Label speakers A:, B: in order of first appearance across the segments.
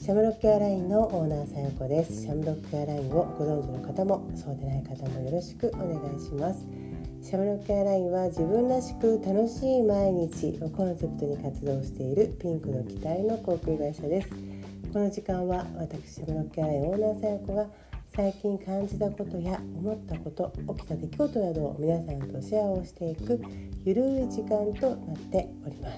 A: シャムロックエアラインのオーナーさよこです。シャムロックエアラインをご存知の方もそうでない方もよろしくお願いします。シャムロックエアラインは自分らしく楽しい毎日をコンセプトに活動しているピンクの機体の航空会社です。この時間は私シャムロックエアラインオーナーさよこが最近感じたことや思ったこと、起きた出来事などを皆さんとシェアをしていくゆるい時間となっております。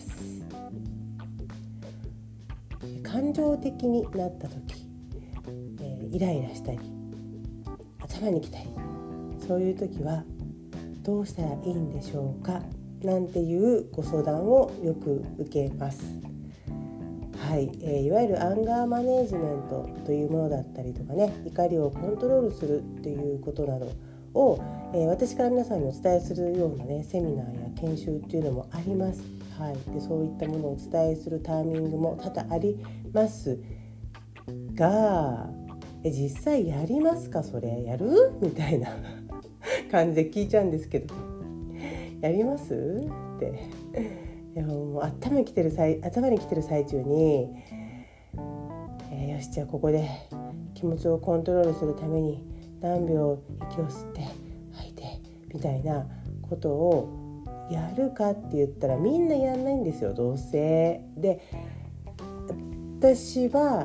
A: 感情的になった時、イライラしたり頭にきたり、そういう時はどうしたらいいんでしょうかなんていうご相談をよく受けます。はい、いわゆるアンガーマネージメントというものだったりとかね、怒りをコントロールするっていうことなどを、私から皆さんにお伝えするようなねセミナーや研修っていうのもあります。はい、でそういったものをお伝えするタイミングも多々ありますが、実際やりますか、それやるみたいな感じで聞いちゃうんですけど、やりますっていやもう頭にきてる最中に、よしじゃあここで気持ちをコントロールするために何秒息を吸って吐いてみたいなことをやるかって言ったらみんなやんないんですよ、どうせ。で私は、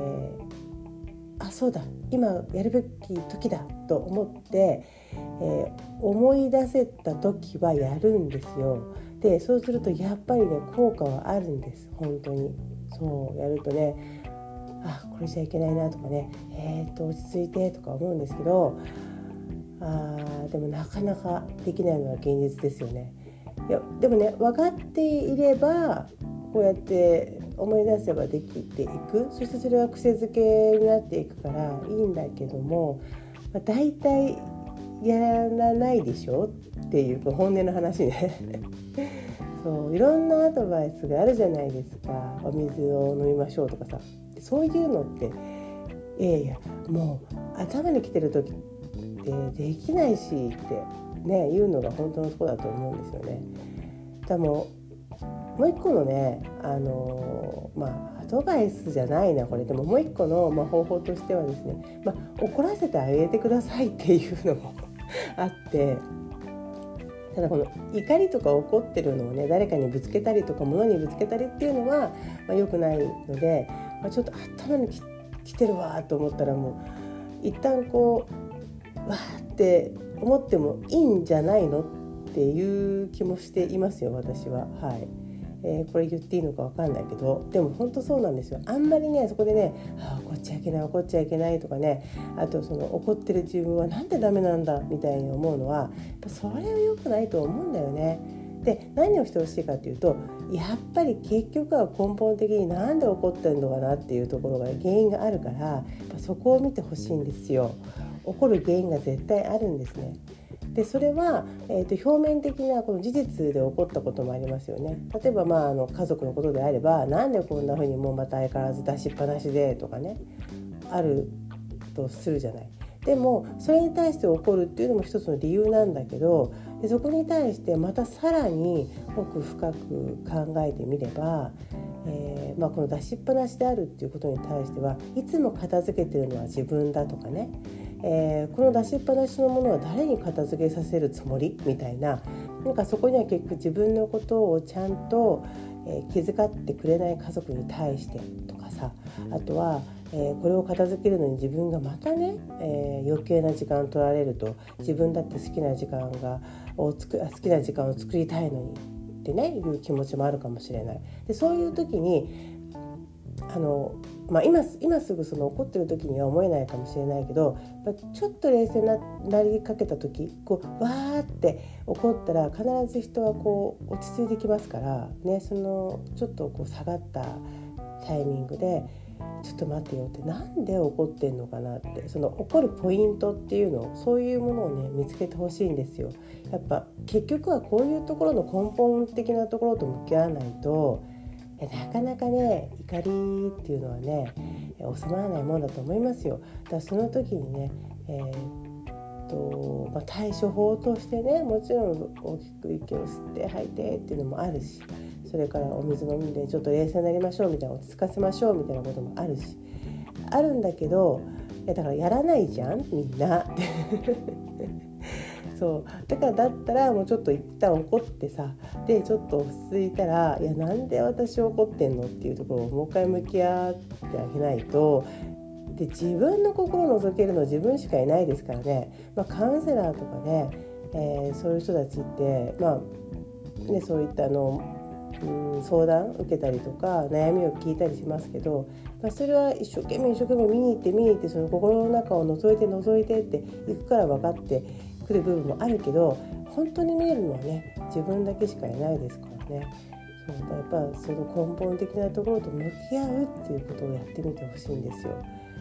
A: そうだ今やるべき時だと思って、思い出せた時はやるんですよ。でそうするとやっぱりね効果はあるんです。本当にそうやるとね、これじゃいけないなとかね、落ち着いてとか思うんですけど、でもなかなかできないのは現実ですよね。いやでもね、分かっていればこうやって思い出せばできていく、そしてそれは癖づけになっていくからいいんだけども、だいたいやらないでしょっていう本音の話ねそういろんなアドバイスがあるじゃないですか。お水を飲みましょうとかさ、そういうのってもう頭にきてる時ってできないしってね言うのが本当のところだと思うんですよね。でもう一個のねアドバイスじゃないなこれ。でももう一個の、方法としてはですね、怒らせてあげてくださいっていうのもあって、ただこの怒りとか怒ってるのをね誰かにぶつけたりとか物にぶつけたりっていうのは、良くないので、ちょっと頭にきてるわと思ったらもう一旦こうわーって思ってもいいんじゃないのっていう気もしていますよ、私は。はい、これ言っていいのか分かんないけど、でも本当そうなんですよ。あんまりねそこでね怒っちゃいけないとかね、あとその怒ってる自分はなんでダメなんだみたいに思うのはそれは良くないと思うんだよね。で何をしてほしいかというと、やっぱり結局は根本的になんで怒ってるのかなっていうところが原因があるから、そこを見てほしいんですよ。怒る原因が絶対あるんですね。でそれは、表面的なこの事実で起こったこともありますよね。例えば、家族のことであれば、なんでこんな風にもうまた相変わらず出しっぱなしでとかねあるとするじゃない。でもそれに対して怒るっていうのも一つの理由なんだけど、でそこに対してまたさらに奥深く考えてみれば、この出しっぱなしであるっていうことに対してはいつも片付けてるのは自分だとかね、この出しっぱなしのものは誰に片付けさせるつもりみたいな、そこには結局自分のことをちゃんと、気遣ってくれない家族に対してとかさ、あとは、これを片付けるのに自分がまたね、余計な時間を取られると、自分だって好きな時間を作りたいのにってねいう気持ちもあるかもしれない。でそういう時に今すぐその怒ってる時には思えないかもしれないけど、ちょっと冷静になりかけた時、わーって怒ったら必ず人は落ち着いてきますからね。そのちょっと下がったタイミングでちょっと待ってよって、なんで怒ってんのかなって、その怒るポイントっていうの、そういうものをね見つけてほしいんですよ。やっぱ結局はこういうところの根本的なところと向き合わないとなかなかね怒りっていうのはね収まらないものだと思いますよ。だからその時にね、対処法としてね、もちろん大きく息を吸って吐いてっていうのもあるし、 それからお水飲んでちょっと冷静になりましょうみたいな、落ち着かせましょうみたいなこともあるし、あるんだけど、だからやらないじゃんみんなそうだから、だったらもうちょっと一旦怒ってさ、でちょっと落ち着いたら、いやなんで私怒ってんのっていうところをもう一回向き合ってあげないと、で自分の心を覗けるの自分しかいないですからね。カウンセラーとかね、そういう人たちって、そういった相談受けたりとか悩みを聞いたりしますけど、それは一生懸命見に行ってその心の中を覗いてって行くから分かってくる部分もあるけど、本当に見えるのはね自分だけしかいないですからね。そうやっぱその根本的なところと向き合うっていうことをやってみてほしいんですよ。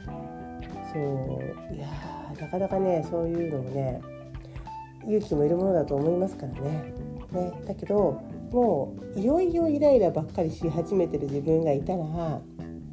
A: そういやなかなかね、そういうのもね勇気もいるものだと思いますからね。だけどもういよいよイライラばっかりし始めてる自分がいたら、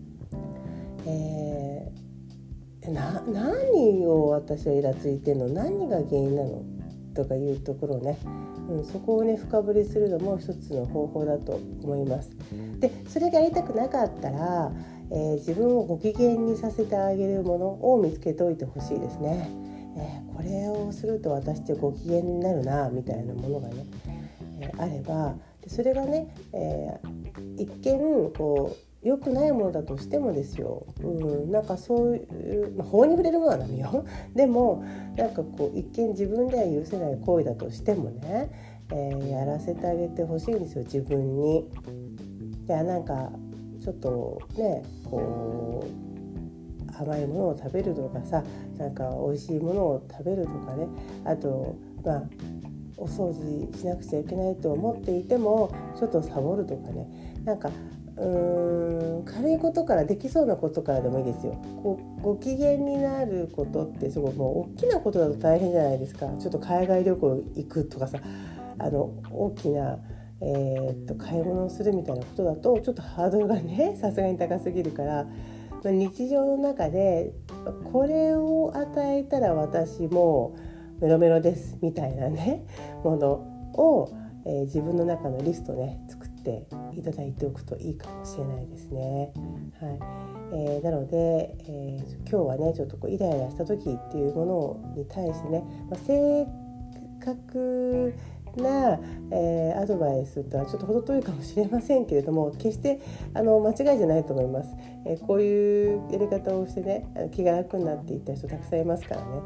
A: 何を私はイラついてんの、何が原因なのとかいうところをね、そこをね深掘りするのも一つの方法だと思います。でそれがやりたくなかったら、自分をご機嫌にさせてあげるものを見つけておいてほしいですね。これをすると私ってご機嫌になるなみたいなものがね、あれば、でそれがね、一見こう良くないものだとしてもですよ、なんかそういう、法に触れるものはダメよでもなんかこう一見自分では許せない行為だとしてもね、やらせてあげてほしいんですよ、自分に。いやなんかちょっとねこう甘いものを食べるとかさ、なんか美味しいものを食べるとかね、あとお掃除しなくちゃいけないと思っていてもちょっとサボるとかね、なんか軽いことから、できそうなことからでもいいですよ。ご機嫌になることってすごいもう大きなことだと大変じゃないですか。ちょっと海外旅行行くとかさ、大きな、買い物をするみたいなことだとちょっとハードルがねさすがに高すぎるから、日常の中でこれを与えたら私もメロメロですみたいなねものを、自分の中のリストね作っていただいておくといいかもしれないですね。なので、今日はねちょっとイライラした時っていうものに対してね、正確な、アドバイスとはちょっと程遠いかもしれませんけれども、決して間違いじゃないと思います。こういうやり方をしてね気が楽になっていった人たくさんいますからね。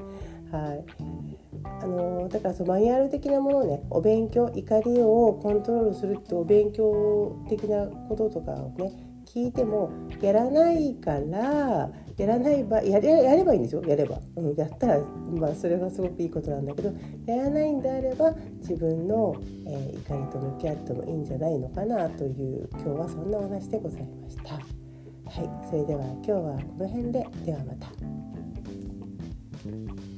A: だからそのマニュアル的なものをね、お勉強、怒りをコントロールするってお勉強的なこととかをね聞いてもやらないから、やればいいんですよ。やれば、やったら、それがすごくいいことなんだけど、やらないんであれば自分の、怒りと向き合ってもいいんじゃないのかなという、今日はそんなお話でございました。それでは今日はこの辺で、ではまた。